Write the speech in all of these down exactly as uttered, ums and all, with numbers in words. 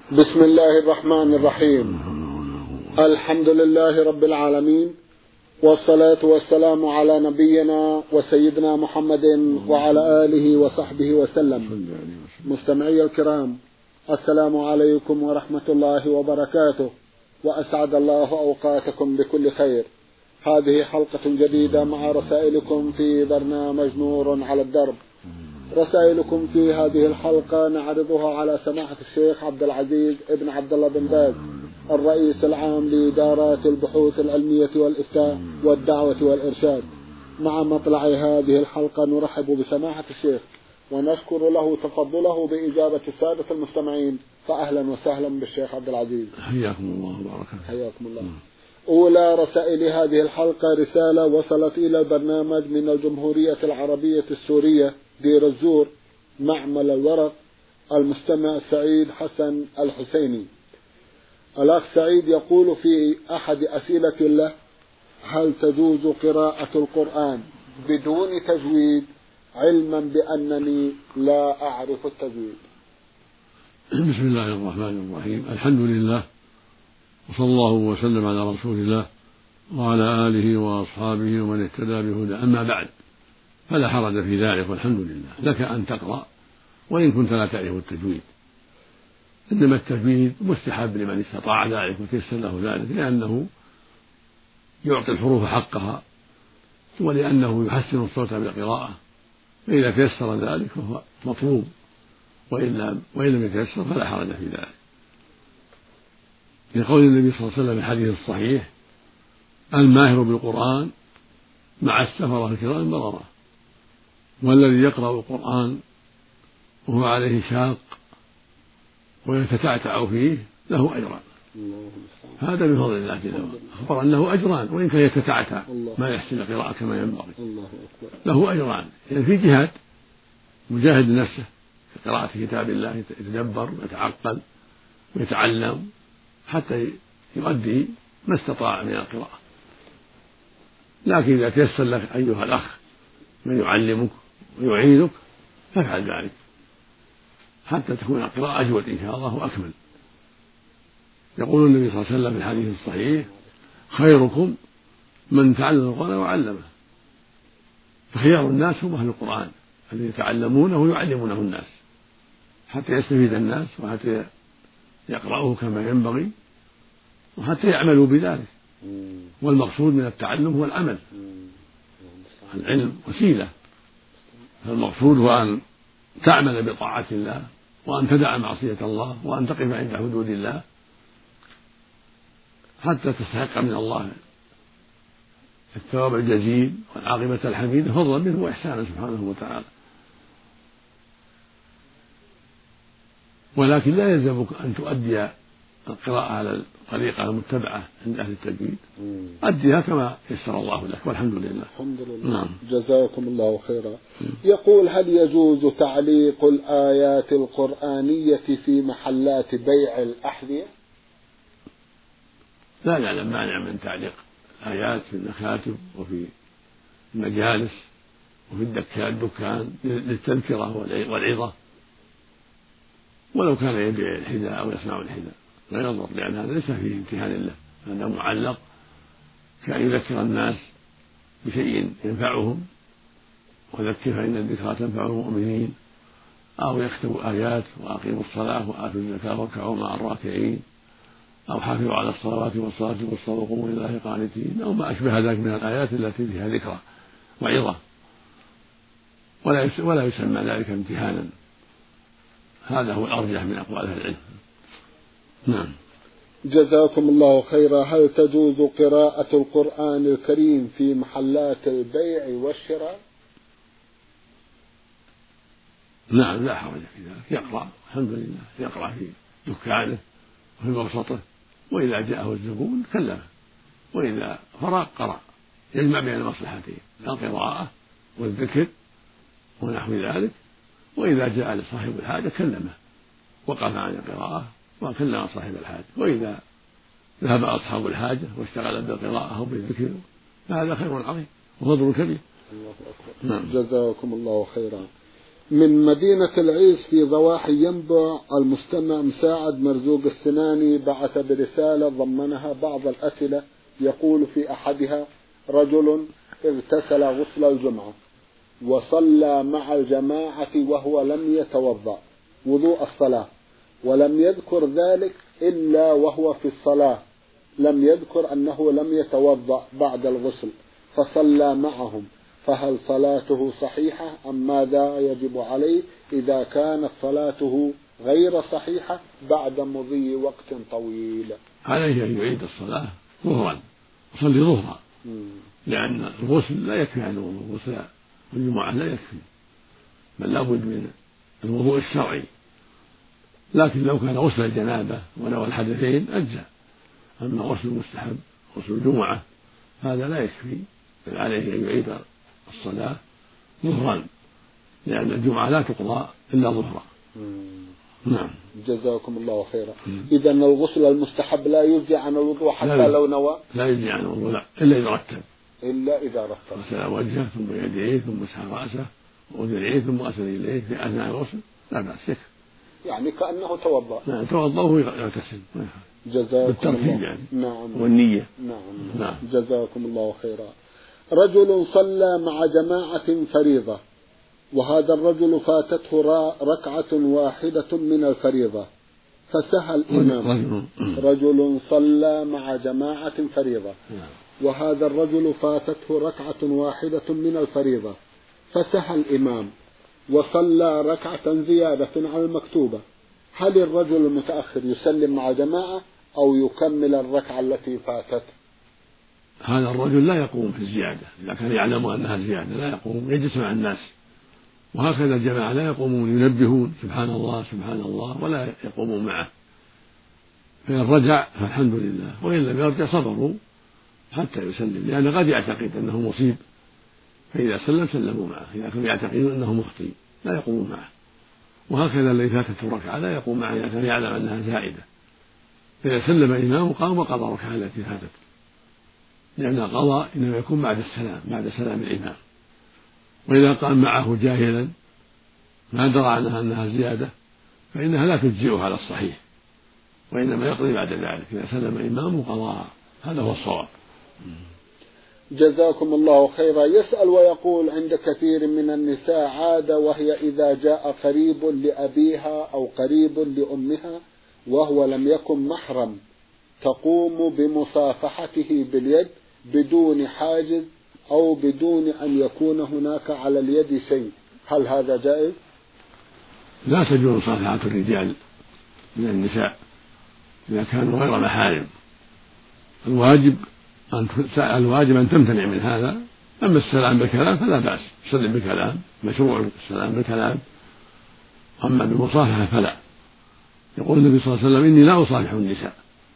بسم الله الرحمن الرحيم. الحمد لله رب العالمين، والصلاة والسلام على نبينا وسيدنا محمد وعلى آله وصحبه وسلم. مستمعي الكرام، السلام عليكم ورحمة الله وبركاته، وأسعد الله أوقاتكم بكل خير. هذه حلقة جديدة مع رسائلكم في برنامج نور على الدرب. رسائلكم في هذه الحلقة نعرضها على سماحة الشيخ عبد العزيز ابن عبد الله بن باز، الرئيس العام لإدارات البحوث العلمية والإفتاء والدعوة والإرشاد. مع مطلع هذه الحلقة نرحب بسماحة الشيخ ونشكر له تفضله بإجابة السادة المستمعين، فأهلا وسهلا بالشيخ عبد العزيز. حياكم الله وبارك. حياكم الله. أولى رسائل هذه الحلقة رسالة وصلت إلى البرنامج من الجمهورية العربية السورية دير الزور معمل الورق، المستمع سعيد حسن الحسيني. الأخ سعيد يقول في أحد أسئلة له: هل تجوز قراءة القرآن بدون تجويد، علما بأنني لا أعرف التجويد؟ بسم الله الرحمن الرحيم. الحمد لله، وصلى الله وسلم على رسول الله وعلى آله وأصحابه ومن اهتدى بهدى. أما بعد، فلا حرج في ذلك، والحمد لله. لك أن تقرأ وإن كنت لا تعرف التجويد، إنما التجويد مستحب لمن استطاع ذلك وتيسر له ذلك، لأنه يعطي الحروف حقها ولأنه يحسن الصوت بالقراءة، فإذا تيسر ذلك فهو مطلوب، وإن لم يتيسر فلا حرج في ذلك. لقول النبي صلى الله عليه وسلم في الحديث الصحيح: الماهر بالقرآن مع السفرة الكرام بررة، والذي يقرأ القرآن وهو عليه شاق ويتتعتع فيه له أجران. هذا بفضل الله جل وعلا، أخبر أنه أجران، وإن كان يتتعتع ما يحسن القراءة كما ينبغي له أجران. يعني في جهاد مجاهد نفسه في قراءة كتاب الله، يتدبر ويتعقل ويتعلم حتى يؤدي ما استطاع من القراءة. لكن إذا تيسر لك أيها الأخ من يعلمك ويعينك فافعل ذلك حتى تكون القراءة أجود إن شاء الله وأكمل. يقول النبي صلى الله عليه وسلم في الحديث الصحيح: خيركم من تعلم القرآن وعلمه. فخيار الناس هم أهل القرآن الذين يتعلمونه ويعلمونه الناس حتى يستفيد الناس وحتى يقرأوه كما ينبغي وحتى يعملوا بذلك. والمقصود من التعلم هو العمل. العلم وسيلة، فالمقصود هو أن تعمل بطاعة الله، وأن تدع معصية الله، وأن تقف عند حدود الله حتى تستحق من الله الثواب الجزيل والعاقبة الحميدة، فضلا منه وإحسانا سبحانه وتعالى. ولكن لا يلزمك أن تؤدي القراءة على الطريقة المتبعة عند أهل التجويد، أديها كما يسر الله لك، والحمد لله. الحمد لله. نعم. جزاكم الله خيرا. يقول: هل يجوز تعليق الآيات القرآنية في محلات بيع الأحذية؟ لا نعلم مانع من تعليق آيات في المكاتب وفي المجالس وفي الدكان للتذكرة والعظة، ولو كان يبيع الحذاء أو يصنع الحذاء لا يضر، لأن هذا ليس فيه امتهان له، هذا معلق كأن يذكر الناس بشيء ينفعهم، وذكر فإن الذكرى تنفع المؤمنين، أو يكتب آيات: وأقيموا الصلاة وآتوا الزكاة واركعوا مع الراكعين، أو حافظوا على الصلوات والصلاة والصلاة وقوموا لله قانتين، أو ما أشبه ذلك من الآيات التي فيها ذكرى وعظة، ولا يسمى ذلك امتهانا. هذا هو الأرجح من أقوال أهل العلم. نعم. جزاكم الله خيرا. هل تجوز قراءة القرآن الكريم في محلات البيع والشراء؟ نعم، لا حرج في ذلك، يقرأ الحمد لله، يقرأ في دكانه وفي مرصته، وإذا جاءه الزبون كلمه، وإذا فرغ قرأ، يجمع بين المصلحتين، القراءة والذكر ونحو ذلك. وإذا جاء لصاحب الحاجة كلمه، وقف عن القراءة وكلم صاحب الحاجة. وإذا ذهب أصحاب الحاجة واشتغل بالقراءة أو بالذكر فهذا خير عظيم وفضل كبير. الله أكبر. نعم. جزاكم الله خيرا. من مدينة العيس في ضواحي ينبع المستمع مساعد مرزوق السناني بعث برسالة ضمنها بعض الأسئلة، يقول في أحدها: رجل اغتسل غسل الجمعة وصلى مع الجماعة وهو لم يتوضأ وضوء الصلاة، ولم يذكر ذلك إلا وهو في الصلاة، لم يذكر أنه لم يتوضأ بعد الغسل، فصلى معهم، فهل صلاته صحيحة أم ماذا يجب عليه إذا كانت صلاته غير صحيحة بعد مضي وقت طويل؟ عليه أن يعيد الصلاة ظهرا، يصلي ظهرا، لأن الغسل لا يكفي عن الوضوء، غسل الجمعة لا يكفي، بل لابد من الوضوء الشرعي. لكن لو كان غسل الجنابة ونوى الحدثين أجزأ، أما غسل المستحب غسل الجمعة هذا لا يكفي، بل عليه أن يعيد الصلاة ظهرا، لأن الجمعة لا تقضى إلا ظهرا. نعم. جزاكم الله خيرا. إذا الغسل المستحب لا يجزي عن الوضوء حتى لو نوى؟ لا يجزي عن الوضوء، لا، إلا إذا رتب، إلا إذا رتب غسل وجهه ثم يديه ثم مسح رأسه وأذنيه ثم غسل رجليه في أثناء الغسل لا بأس، يكفي، يعني كأنه توضأ. نعم توضأ وهو يغتسل جزاكم الله. يعني. نعم. والنية. نعم. نعم. جزاكم الله خيرا. رجل صلى مع جماعة فريضة، وهذا الرجل فاتته ركعة واحدة من الفريضة، فسهى الإمام. رجل صلى مع جماعة فريضة، وهذا الرجل فاتته ركعة واحدة من الفريضة، فسهى الإمام وصلى ركعة زيادة على المكتوبة، هل الرجل المتأخر يسلم مع جماعة أو يكمل الركعة التي فاتت؟ هذا الرجل لا يقوم في الزيادة، إذا كان يعلم أنها زيادة لا يقوم، يجلس مع الناس، وهكذا الجماعة لا يقومون ينبهون سبحان الله سبحان الله ولا يقومون معه، فإن رجع فالحمد لله، وإن لم يرجع صبروا حتى يسلم، لأن قد يعتقد أنه مصيب، فإذا سلم سلموا معه، إذا كانوا يعتقدون أنه مخطئ لا يقومون معه، وهكذا الذي فاتته ركعة لا يقوم معه إذا كان يعلم أنها زائدة، فإذا سلم إمامه قام وقضى الركعة التي فاتت، لأن القضاء إنما يكون بعد السلام، بعد سلام الإمام. وإذا قام معه جاهلا ما درى عنها أنها زيادة فإنها لا تجزئه على الصحيح، وإنما يقضي بعد ذلك، إذا سلم إمامه قضاء، هذا هو الصواب. جزاكم الله خيرا. يسأل ويقول: عند كثير من النساء عادة، وهي إذا جاء قريب لأبيها أو قريب لأمها وهو لم يكن محرم تقوم بمصافحته باليد بدون حاجز أو بدون أن يكون هناك على اليد شيء، هل هذا جائز؟ لا تجوز مصافحة الرجال من النساء إذا كانوا غير محارم، الواجب أن الواجب أن تمتنع من هذا. أما السلام بالكلام فلا بأس، تسلم بالكلام، مشروع السلام بالكلام، أما بالمصافحة فلا. يقول النبي صلى الله عليه وسلم: إني لا أصافح النساء.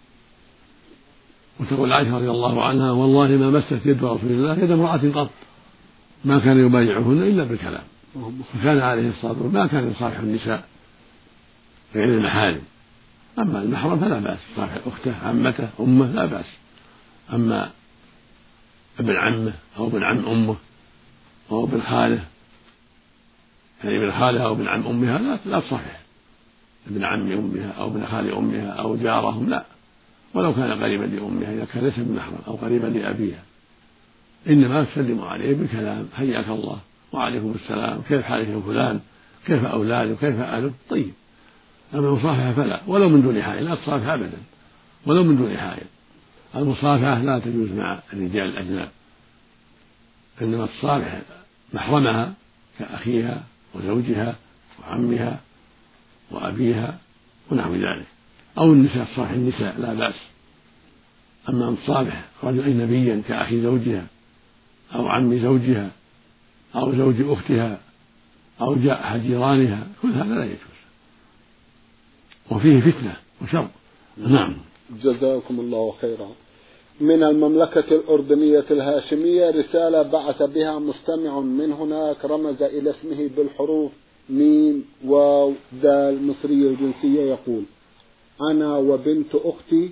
وتقول عائشة رضي الله عنها: والله ما مست يد رسول الله يد امرأة قط، ما كان يبايعهن إلا بالكلام. فكان عليه الصلاة والسلام ما كان يصافح النساء غير المحارم، أما المحرم فلا بأس، يصافح أخته عمته أمه لا بأس. أما ابن عمه أو ابن عم أمه أو ابن خاله، يعني ابن خالها أو ابن عم أمها لا لا تصافح ابن عم أمها أو ابن خال أمها أو جارهم، لا، ولو كان قريبا لأمها إذا كان ليس بمحرم أو قريبا لأبيها، إنما تسلم عليه بالكلام: حياك الله وعليكم السلام، كيف حالك يا فلان، كيف أولادك، كيف أهلك، طيب. أما المصافحة فلا، ولو من دون حائل، لا تصافح أبدا ولو من دون حائل. المصافحة لا تجوز مع الرجال الأجناب، إنما تصافح محرمها كأخيها وزوجها وعمها وأبيها ونحو ذلك، أو النساء تصافح النساء لا بأس. أما أن تصافح رجل أجنبيا كأخي زوجها أو عم زوجها أو زوج أختها أو جاء أحد جيرانها، كل هذا لا يجوز، وفيه فتنة وشر. نعم. جزاكم الله خيرا. من المملكة الأردنية الهاشمية رسالة بعث بها مستمع من هناك، رمز إلى اسمه بالحروف ميم واو دال مصرية الجنسية، يقول: أنا وبنت أختي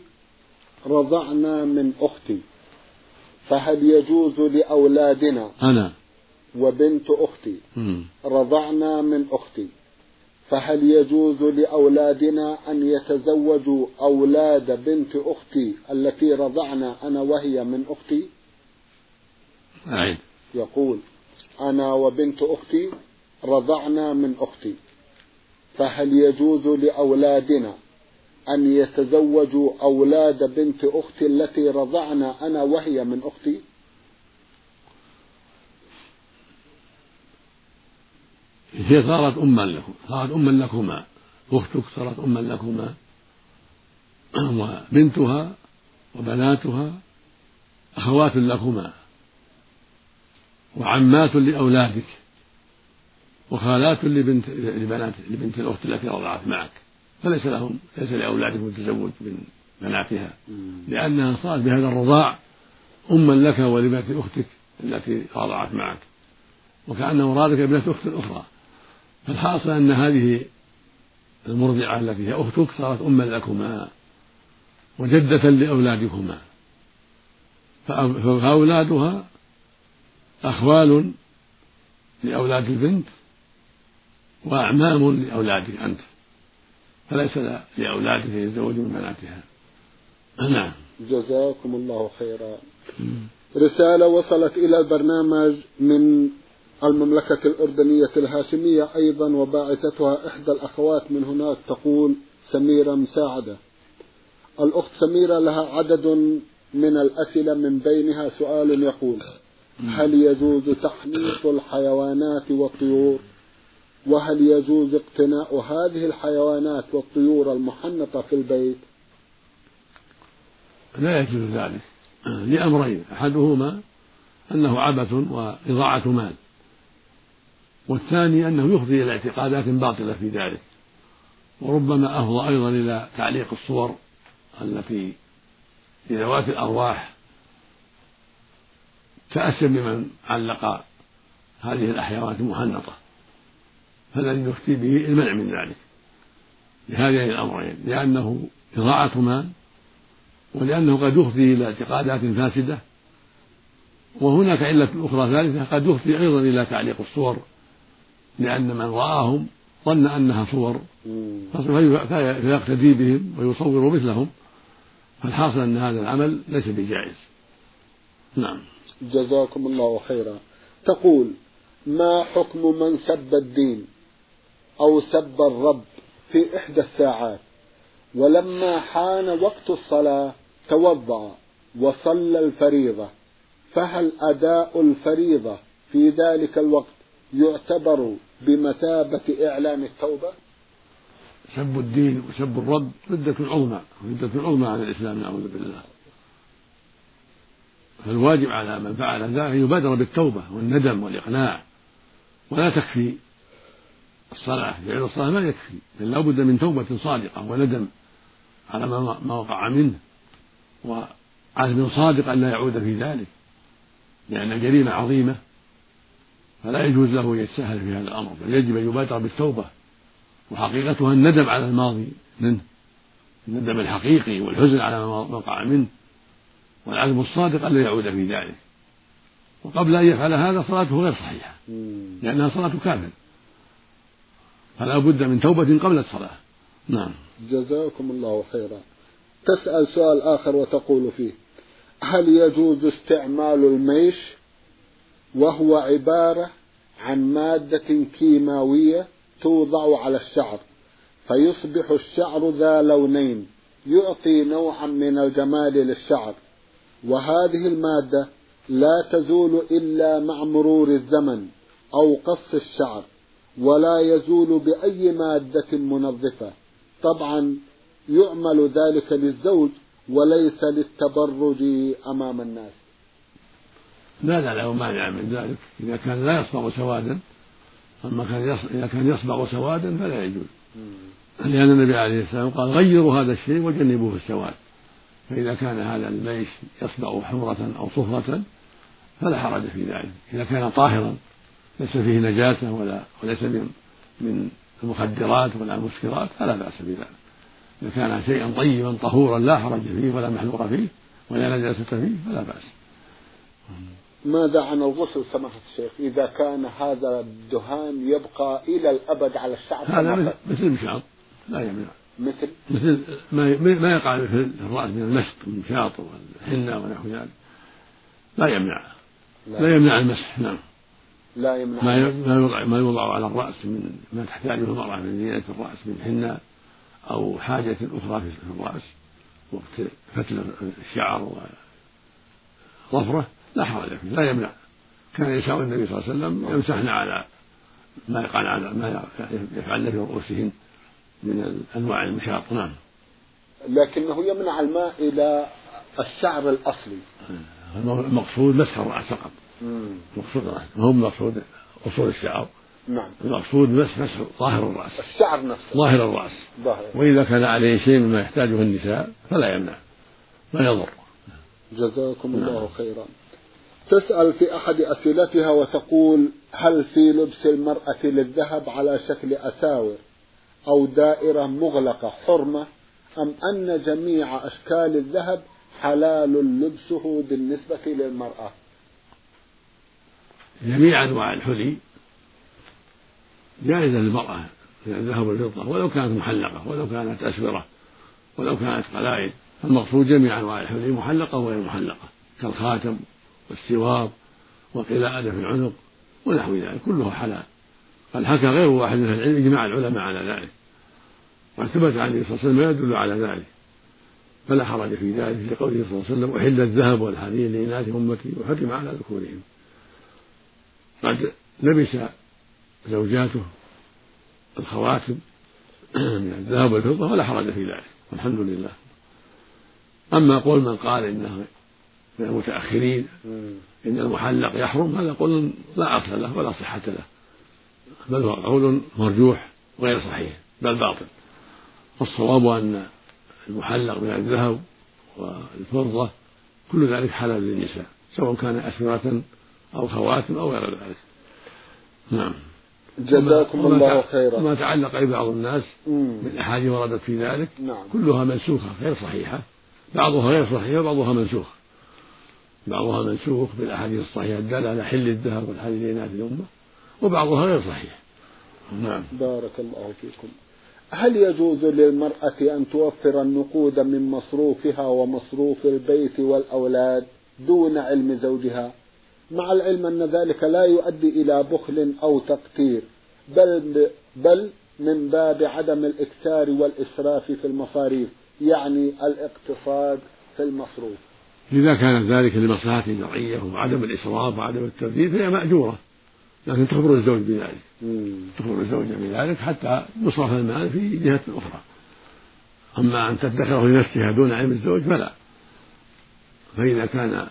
رضعنا من أختي، فهل يجوز لأولادنا أنا وبنت أختي رضعنا من أختي، فهل يجوز لأولادنا أن يتزوجوا أولاد بنت أختي التي رضعنا أنا وهي من أختي؟ أعيد. يقول: أنا وبنت أختي رضعنا من أختي، فهل يجوز لأولادنا أن يتزوجوا أولاد بنت أختي التي رضعنا أنا وهي من أختي؟ هي صارت أما لكم، صارت أما لكما، أختك صارت أما لكما، وبنتها وبناتها أخوات لكما، وعمات لأولادك، وخالات لبنت لبنات لبنت الأخت التي رضعت معك، فليس لهم ليس لأولادكم التزوج من بناتها، لأنها صارت بهذا الرضاع أما لك ولبنت أختك التي رضعت معك، وكأن مرادك ابنة أخت أخرى. فالحاصل أن هذه المرضعة التي هي أختك صارت أما لكما وجدة لأولادكما، فأولادها أخوال لأولاد البنت وأعمام لأولادك أنت، فليس لأولادك يتزوج من بناتها. نعم. جزاكم الله خيرا. رسالة وصلت إلى البرنامج من المملكة الأردنية الهاشمية أيضا، وباعثتها إحدى الأخوات من هناك، تقول سميرة مساعدة. الأخت سميرة لها عدد من الأسئلة، من بينها سؤال يقول: هل يجوز تحنيط الحيوانات والطيور؟ وهل يجوز اقتناء هذه الحيوانات والطيور المحنطة في البيت؟ لا يجوز ذلك لأمرين: أحدهما أنه عبث وإضاعة مال، والثاني أنه يفضي إلى اعتقادات باطلة في ذلك، وربما أفضى أيضا إلى تعليق الصور التي لذوات الأرواح تأسف بمن علق هذه الحيوانات المحنطة، فالذي يفتي به المنع من ذلك لهذين الأمرين: لأنه إضاعة مال، ولأنه قد يفضي إلى اعتقادات فاسدة، وهناك علة أخرى ثالثة: قد يفضي أيضا إلى تعليق الصور، لأن من رآهم ظن أنها صور فيقتدي بهم ويصور مثلهم، فالحاصل أن هذا العمل ليس بجائز. نعم. جزاكم الله خيرا. تقول: ما حكم من سب الدين أو سب الرب في إحدى الساعات، ولما حان وقت الصلاة توضأ وصلى الفريضة، فهل أداء الفريضة في ذلك الوقت يعتبر بمثابة إعلان التوبة؟ سب الدين وسب الرب ردة عظمى، ردة عظمى عن الإسلام، نعوذ بالله. فالواجب على من فعل ذلك أن يبادر بالتوبة والندم والإقلاع، ولا تكفي الصلاة، فعل الصلاة ما يكفي، بل لا بد من توبة صادقة وندم على ما وقع منه، وعزم صادق أن لا يعود في ذلك، لأن الجريمة عظيمة، فلا يجوز له أن يتساهل في هذا الأمر، بل يجب أن يبادر بالتوبة، وحقيقتها الندم على الماضي منه، الندم الحقيقي والحزن على ما وقع منه، والعزم الصادق أن لا يعود في ذلك. وقبل أن يفعل هذا صلاته غير صحيحة، لأنها صلاة كافر، فلا بد من توبة قبل الصلاة. نعم. جزاكم الله خيرا. تسأل سؤال آخر وتقول فيه: هل يجوز استعمال الميش، وهو عبارة عن مادة كيماوية توضع على الشعر فيصبح الشعر ذا لونين، يعطي نوعا من الجمال للشعر، وهذه المادة لا تزول إلا مع مرور الزمن أو قص الشعر، ولا يزول بأي مادة منظفة؟ طبعا يعمل ذلك للزوج وليس للتبرج أمام الناس. لا لا له مانع من ذلك إذا كان لا يصبغ سوادا، أما كان إذا كان يصبغ سوادا فلا يجوز، لأن النبي عليه السلام قال: غيروا هذا الشيء وجنبوه السواد. فإذا كان هذا الميش يصبغ حمرة أو صفرة فلا حرج في ذلك، إذا كان طاهرا ليس فيه نجاسة ولا وليس من المخدرات ولا المسكرات فلا بأس بذلك. إذا كان شيئا طيبا طهورا لا حرج فيه ولا محذور فيه ولا نجاسة فيه فلا بأس. ماذا عن الغسل سماحة الشيخ إذا كان هذا الدهان يبقى إلى الأبد على الشعر؟ هذا مثل المشاط لا يمنع، مثل مثل ما ما يقع في الرأس من المشط والمشاط والحنة ونحو ذلك لا يمنع لا, لا يمنع المسح. نعم لا يمنع ما يوضع ما يوضع على الرأس من ما تحتاجه المرأة من زينة الرأس من حنة أو حاجة أخرى في الرأس وقت فتل الشعر وظفره لا حرج فيه لا يمنع. كان نساء النبي صلى الله عليه وسلم يمسحن على ما يقال على ما يفعلن في رؤوسهن من أنواع المشاط. نعم لكنه يمنع الماء إلى الشعر الأصلي. المقصود مسح الرأس فقط. المقصود الرأس ما هو المقصود أصول الشعر. نعم المقصود مسح مسح ظاهر الرأس الشعر نفسه ظاهر الرأس ظاهر. وإذا كان عليه شيء مما يحتاجه النساء فلا يمنع لا يضر. جزاكم الله خيرا. تسأل في أحد أسئلتها وتقول هل في لبس المرأة للذهب على شكل أساور أو دائرة مغلقة حرمة أم أن جميع أشكال الذهب حلال لبسه بالنسبة للمرأة؟ جميع أنواع الحلي جائزة للمرأة من الذهب والفضة ولو كانت محلقة ولو كانت أسورة ولو كانت قلائد. المقصود جميع أنواع الحلي محلقة وغير محلقة كالخاتم والسوار والقلادة في العنق ونحو ذلك كلها حلال. قد حكى غير واحد من العلم إجماع العلماء على ذلك وثبت عن النبي صلى الله عليه وسلم ما يدل على ذلك فلا حرج في ذلك لقوله صلى الله عليه وسلم أحل الذهب والحرير لإناث أمتي وحرم على ذكورهم. قد لبس زوجاته الخواتم من الذهب والفضة ولا حرج في ذلك والحمد لله. أما قول من قال إنه من المتأخرين إن المحلق يحرم هذا قول لا أصل له ولا صحة له بل هو قول مرجوح غير صحيح بل باطل. والصواب أن المحلق من الذهب والفضة كل ذلك حلال للنساء سواء كان أسورة أو خواتم أو غير ذلك. نعم جزاكم الله خيرا. وما تعلق ببعض الناس من أحاديث وردت في ذلك نعم. كلها منسوخة غير صحيحة بعضها غير صحيحة وبعضها منسوخ بعضها منسوخ بالأحاديث الصحيحة الدالة على حل الذهب والحرير لإناث الأمة وبعضها غير صحيح. نعم بارك الله فيكم. هل يجوز للمرأة أن توفر النقود من مصروفها ومصروف البيت والأولاد دون علم زوجها مع العلم أن ذلك لا يؤدي إلى بخل أو تقتير بل, بل من باب عدم الإكثار والإسراف في المصاريف يعني الاقتصاد في المصروف؟ إذا كان ذلك لمصلحة شرعية وعدم الإسراف وعدم التبذير فهي مأجورة لكن تخبر الزوج بذلك تخبر الزوجة بذلك حتى يصرف المال في جهة أخرى. أما أن تدخره لنفسها دون علم الزوج فلا. فإذا كان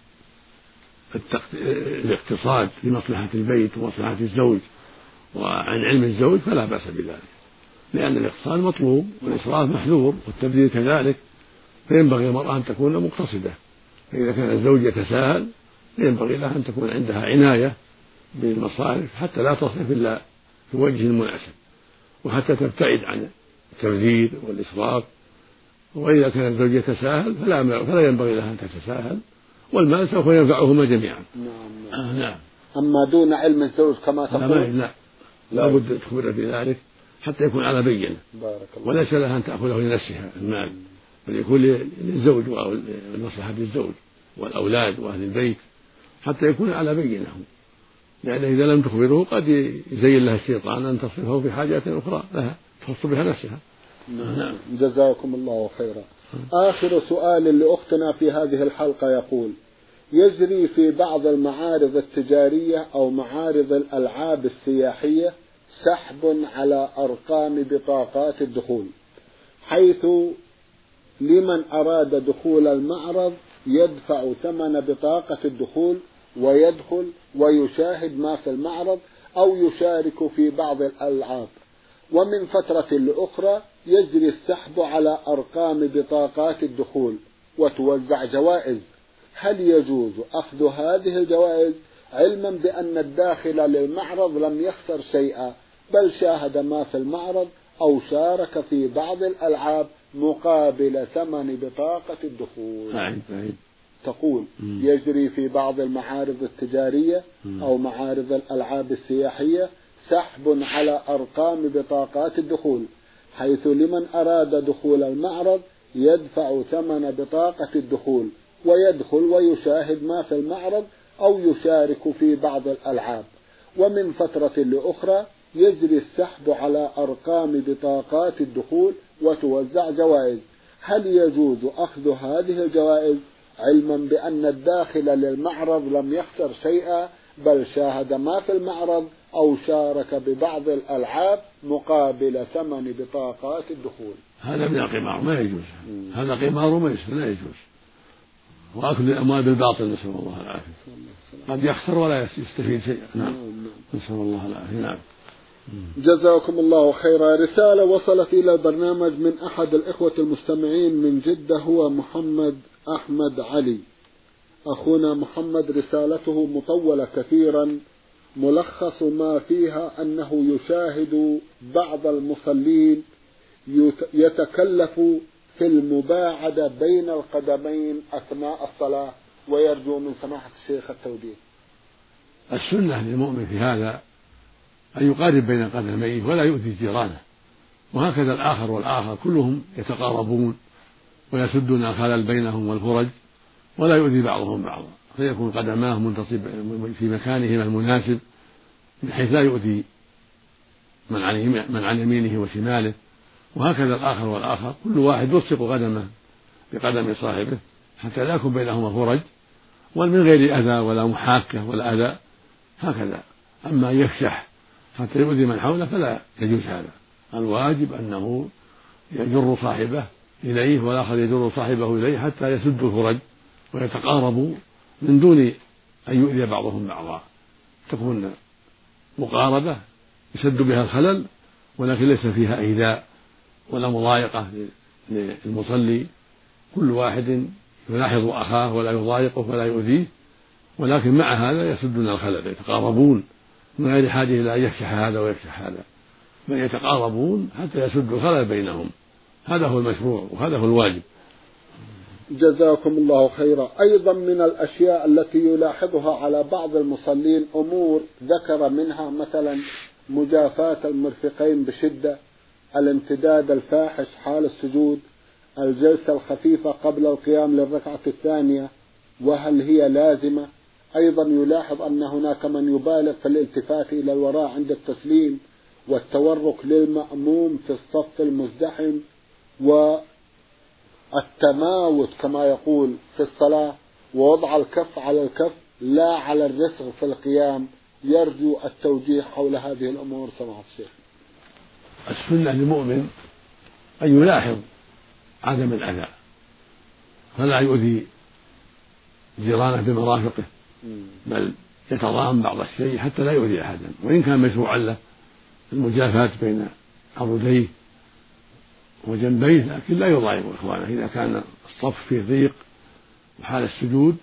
الاقتصاد لمصلحة البيت ومصلحة الزوج وعن علم الزوج فلا بأس بذلك لأن الاقتصاد مطلوب والإسراف محذور والتبذير كذلك فينبغي المرأة أن تكون مقتصدة. فإذا كان الزوج يتساهل فينبغي لها أن تكون عندها عناية بالمصارف حتى لا تصرف إلا في وجه مناسب وحتى تبتعد عن التبذير والإسراف. وإذا كان الزوج يتساهل فلا, فلا ينبغي لها أن تتساهل والمال سوف ينفعهما جميعا. نعم. آه نعم. أما دون علم الزوج كما تقول لا لا, لا بد تخبر بذلك حتى يكون على بينة وليس لها أن تأخذه لنفسها المال بل يكون للزوج ولمصلحة الزوج والأولاد وأهل البيت حتى يكون على بينة لأن إذا لم تخبره قد يزين لها الشيطان أن تصرفه في حاجات أخرى لها تخص بها نفسها. نعم. جزاكم الله خيرا. آخر سؤال لأختنا في هذه الحلقة يقول يجري في بعض المعارض التجارية أو معارض الألعاب السياحية سحب على أرقام بطاقات الدخول حيث لمن أراد دخول المعرض يدفع ثمن بطاقة الدخول ويدخل ويشاهد ما في المعرض أو يشارك في بعض الألعاب ومن فترة لأخرى يجري السحب على أرقام بطاقات الدخول وتوزع جوائز. هل يجوز أخذ هذه الجوائز علما بأن الداخل للمعرض لم يخسر شيئا بل شاهد ما في المعرض أو شارك في بعض الألعاب مقابل ثمن بطاقة الدخول؟ فاهم فاهم. تقول يجري في بعض المعارض التجارية أو معارض الألعاب السياحية سحب على أرقام بطاقات الدخول، حيث لمن أراد دخول المعرض يدفع ثمن بطاقة الدخول ويدخل ويشاهد ما في المعرض أو يشارك في بعض الألعاب. ومن فترة لأخرى يجري السحب على أرقام بطاقات الدخول وتوزع جوائز. هل يجوز أخذ هذه الجوائز علما بأن الداخل للمعرض لم يخسر شيئا بل شاهد ما في المعرض أو شارك ببعض الألعاب مقابل ثمن بطاقات الدخول؟ هذا من القمار ما يجوز، هذا قمار وميسر لا يجوز، وأكل الأموال بالباطل نسأل الله العافية، قد يخسر ولا يستفيد شيئا. نعم نسأل الله العافية. نعم. جزاكم الله خيرا. رسالة وصلت إلى البرنامج من أحد الإخوة المستمعين من جدة، هو محمد أحمد علي. أخونا محمد رسالته مطولة كثيرا، ملخص ما فيها أنه يشاهد بعض المصلين يتكلف في المباعدة بين القدمين أثناء الصلاة، ويرجو من سماحة الشيخ التوضيح. السنة للمؤمن في هذا أن يقارب بين قدميه ولا يؤذي جيرانه، وهكذا الآخر والآخر كلهم يتقاربون ويسدون الخلل بينهم والفرج ولا يؤذي بعضهم بعضا، فيكون قدماه منتصب في مكانهما المناسب بحيث لا يؤذي من عن يمينه وشماله، وهكذا الآخر والآخر كل واحد يلصق قدمه بقدم صاحبه حتى لا يكون بينهما فرج ومن غير أذى ولا محاكة ولا أذى هكذا. أما يفشح حتى يؤذي من حوله فلا يجوز هذا، الواجب أنه يجر صاحبه إليه والآخر يجر صاحبه إليه حتى يسدوا الفرج ويتقاربوا من دون أن يؤذي بعضهم بعضا، تكون مقاربة يسد بها الخلل ولكن ليس فيها إيذاء ولا مضايقة للمصلي، كل واحد يلاحظ أخاه ولا يضايقه ولا يؤذيه، ولكن مع هذا يسدون الخلل يتقاربون من غير حاجة إلى أن يفشح هذا ويفشح هذا، بل يتقاربون حتى يسدوا الخلل بينهم، هذا هو المشروع وهذا هو الواجب. جزاكم الله خيرا. أيضا من الأشياء التي يلاحظها على بعض المصلين أمور ذكر منها مثلا مجافاة المرفقين بشدة، الامتداد الفاحش حال السجود، الجلسة الخفيفة قبل القيام للركعة الثانية وهل هي لازمة. أيضا يلاحظ أن هناك من يبالغ في الالتفات إلى الوراء عند التسليم والتورك للمأموم في الصف المزدحم والتماوت كما يقول في الصلاة ووضع الكف على الكف لا على الرسغ في القيام. يرجو التوجيه حول هذه الأمور سماحة الشيخ. السنة للمؤمن أن يلاحظ عدم الأذى فلا يؤذي جيرانه بمرافقه بل يتضامن بعض الشيء حتى لا يؤذي أحدا، وإن كان مشروعا له المجافاة بين عضديه وجنبيه لكن لا يضايق إخوانه. إذا كان الصف فيه ضيق وحال السجود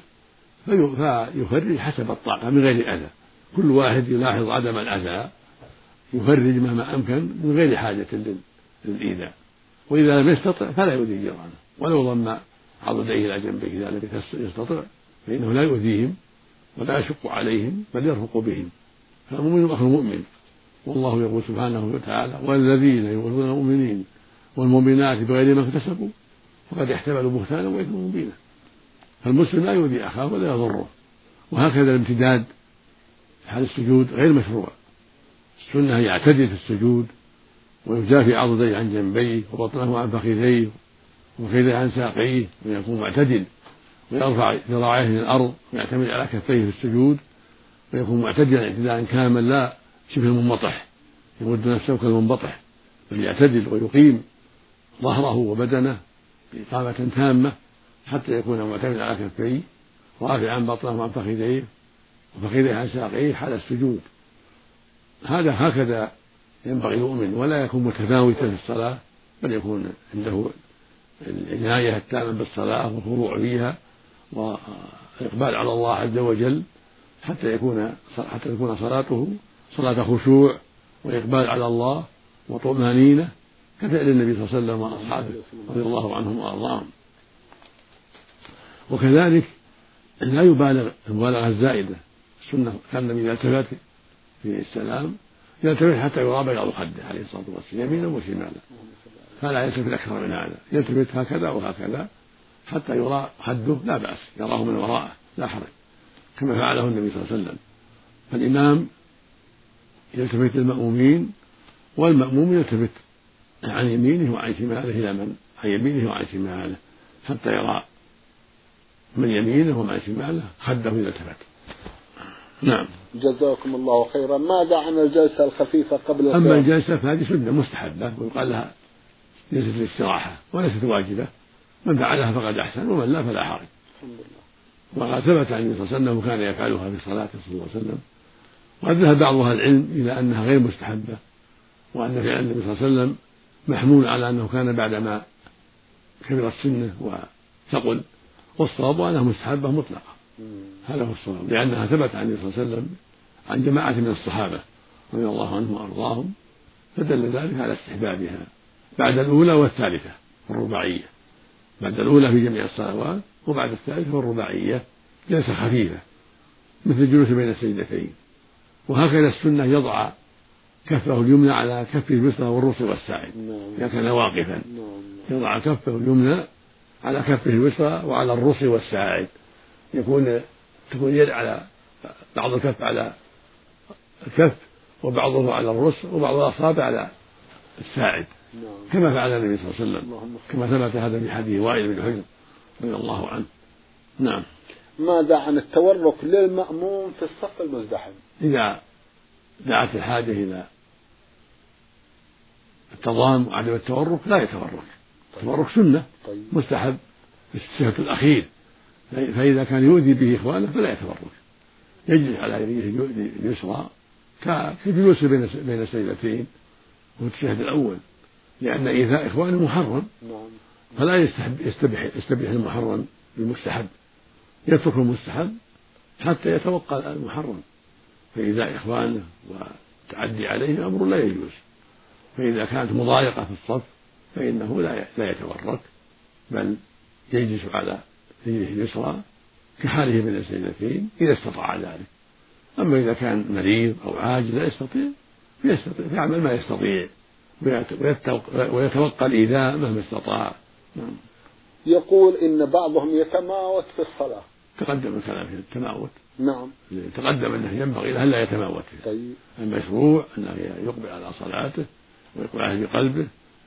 فيفرج حسب الطاقة من غير أذى، كل واحد يلاحظ عدم الأذى يفرج مهما أمكن من غير حاجة للإيذاء، وإذا لم يستطع فلا يؤذي جيرانه ولو ضم عضديه إلى جنبه إذا لم يستطع فإنه لا يؤذيهم ولا يشق عليهم بل يرفق بهم، فالمؤمن أخو المؤمن، والله يقول سبحانه وتعالى والذين يؤذون المؤمنين والمؤمنات بغير ما اكتسبوا فقد احتملوا بهتانا وإثما مبينا، فالمسلم لا يؤذي أخاه ولا يضره. وهكذا الامتداد في حال السجود غير مشروع، السنة يعتدل في السجود ويجافي عضديه عن جنبيه وبطنه عن فخذيه وكيده عن ساقيه ويكون معتدل ويرفع ذراعيه من الأرض ويعتمد على كفيه في السجود ويكون معتدلا اعتدالا كاملا لا شبه المنبطح يمد نفسه كالمنبطح، بل يعتدل ويقيم ظهره وبدنه بإقامة تامة حتى يكون معتمدا على كفيه رافعا بطنه عن فخذيه وفخذيه عن ساقيه حال السجود. هذا هكذا ينبغي المؤمن، ولا يكون متفاوتا في الصلاة بل يكون عنده العناية التامة بالصلاة والخضوع فيها والإقبال على الله عز وجل حتى يكون حتى تكون صلاته صلاة خشوع وإقبال على الله وطمأنينة كفعل النبي صلى الله عليه وسلم وأصحابه رضي الله عنهم وأرضاهم. وكذلك لا يبالغ المبالغة الزائدة. السنة كان النبي يلتفت في السلام يلتفت حتى يرى بياض خده عليه الصلاة والسلام يمينا وشمالا، فلا يلتفت أكثر من هذا، يلتفت هكذا وهكذا حتى يرى خده لا بأس، يراه من وراءه لا حرج، كما فعله النبي صلى الله عليه وسلم. فالإمام يلتفت للمأمومين والمأموم يلتفت عن يمينه وعن شماله إلى من عن يمينه وعن شماله حتى يرى من يمينه ومن شماله خده إذا التفت. نعم. جزاكم الله خيرا. ماذا عن الجلسة الخفيفة قبل القيام؟ أما الجلسة فهذه سنة مستحبة ويقال لها جلسة الاستراحة وليست واجبة، من فعلها فقد أحسن ومن لا فلا حرج. الحمد لله. وقد ثبت عن النبي صلى الله عليه وسلم وكان يفعلها في صلاته صلى الله عليه وسلم، وقد ذهب بعض أهل العلم إلى أنها غير مستحبة وأن فعل النبي صلى الله عليه وسلم محمول على أنه كان بعدما كبر السنة وثقل، والصواب أنها مستحبة مطلقة. هذا هو الصواب، لأنها ثبت عن النبي صلى الله عليه وسلم عن جماعة من الصحابة رضي الله عنهم وأرضاهم، فدل ذلك على استحبابها بعد الأولى والثالثة الرباعية، بعد الأولى في جميع الصلوات وبعد الثالثة والرباعية جلسة خفيفة مثل الجلوس بين السجدتين. وهكذا السنة يضع كفه اليمنى على كفه اليسرى والرسل والساعد إذا كان واقفا، يضع كفه اليمنى على كفه اليسرى وعلى الرسل والساعد، يكون تكون يد على بعض الكف على الكف وبعضه على الرسل وبعض الأصابع على الساعد كما فعل النبي صلى الله عليه وسلم، كما ثبت هذا في حديث وائل بن حجر رضي الله عنه. نعم. ماذا عن التورك للمأموم في الصف المزدحم؟ إذا دعت الحاجة إلى التضام وعدم التورك لا يتورك. التورك سنة مستحب في الشهر الأخير، فإذا كان يؤذي به إخوانه فلا يتورك، يجلس على يديه اليسرى كجلوسه بين السجدتين وفي الشهر الأول، لأن إيذاء إخوانه محرم، فلا يستبح يستبح المحرم بالمستحب، يترك المستحب حتى يتوقع المحرم، فإيذاء إخوانه وتعدي عليهم أمر لا يجوز. فإذا كانت مضايقة في الصف فإنه لا لا يتورك، بل يجلس على رجله اليسرى كحاله بين السجدتين إذا استطاع ذلك. أما إذا كان مريض أو عاجز لا يستطيع فيستطيع يعمل ما يستطيع ويتوقع الإيذاء مهما استطاع. نعم. يقول إن بعضهم يتماوت في الصلاة. تقدم الكلام في التماوت. نعم. تقدم أنه ينبغي له ألا يتماوت فيه. طيب. المشروع أنه يقبل على صلاته ويقبل عليها بقلبه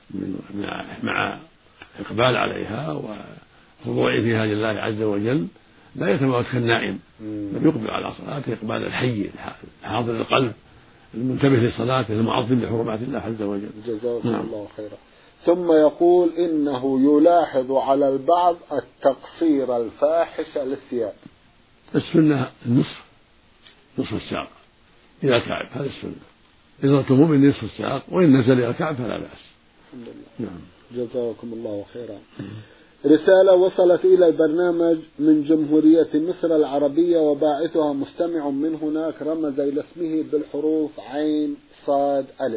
مع إقبال عليها وخضوعه فيها لله عز وجل، لا يتماوت كالنائم، بل يقبل على صلاته إقبال الحي الحاضر القلب المنتبه لصلاته المعظم لحرمات الله عز وجل. جزاكم نعم. الله خيرا. ثم يقول إنه يلاحظ على البعض التقصير الفاحش للثياب. السنة النصف، نصف الساق إلى الكعب، هذا السنة. إذا رتموا من نصف الساق وإن نزل إلى الكعب فلا بأس. الحمد لله. نعم. جزاكم الله خيرا. رسالة وصلت إلى البرنامج من جمهورية مصر العربية وباعثها مستمع من هناك رمز إلى اسمه بالحروف عين صاد ألف.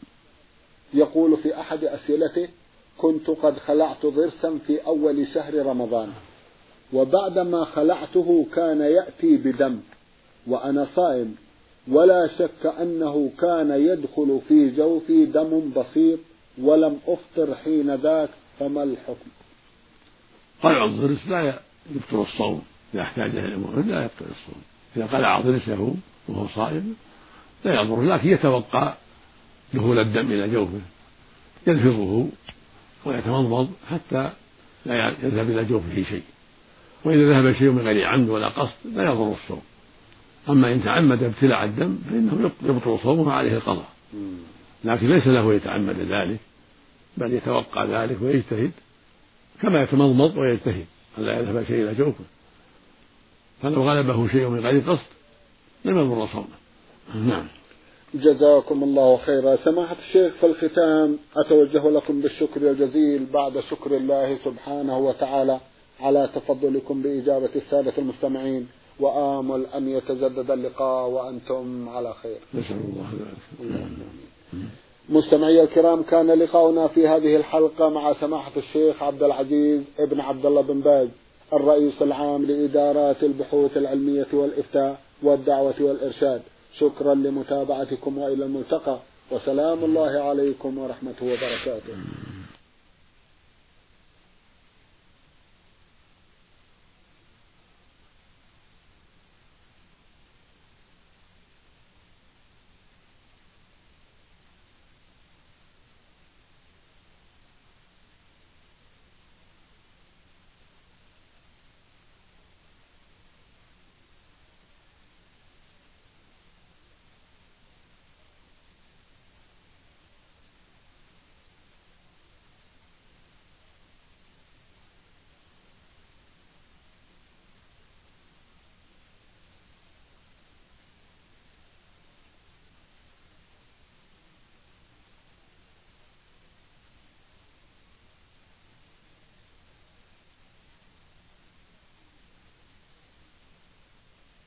يقول في أحد أسئلته: كنت قد خلعت ضرسا في أول شهر رمضان، وبعدما خلعته كان يأتي بدم وأنا صائم، ولا شك أنه كان يدخل في جوفي دم بسيط ولم أفطر حين ذاك، فما الحكم؟ قلع الضرس لا يبطل الصوم، إذا احتاج إلى المؤمن لا يبطل الصوم. إذا قلع ضرسه وهو صائم لا يضر، لكن يتوقع دخول الدم إلى جوفه، يلفظه ويتمضمض حتى لا يذهب إلى جوفه شيء، وإذا ذهب شيء من غير عمد ولا قصد لا يضر الصوم. أما إن تعمد ابتلاع الدم فإنه يبطل صومه عليه القضاء، لكن ليس له يتعمد ذلك، بل يتوقع ذلك ويجتهد كما يتمضمض ويجتهد ألا يذهب شيء إلى جوفه، فلو غلبه شيء من غير قصد لم يضر صومه. نعم. جزاكم الله خيرا. سماحة الشيخ، في الختام أتوجه لكم بالشكر الجزيل بعد شكر الله سبحانه وتعالى على تفضلكم بإجابة السادة المستمعين، وآمل أن يتجدد اللقاء وأنتم على خير. نسأل الله ذلك. مستمعي الكرام، كان لقاؤنا في هذه الحلقة مع سماحة الشيخ عبد العزيز ابن عبد الله بن باز الرئيس العام لإدارات البحوث العلمية والإفتاء والدعوة والإرشاد. شكرا لمتابعتكم وإلى الملتقى، وسلام الله عليكم ورحمته وبركاته.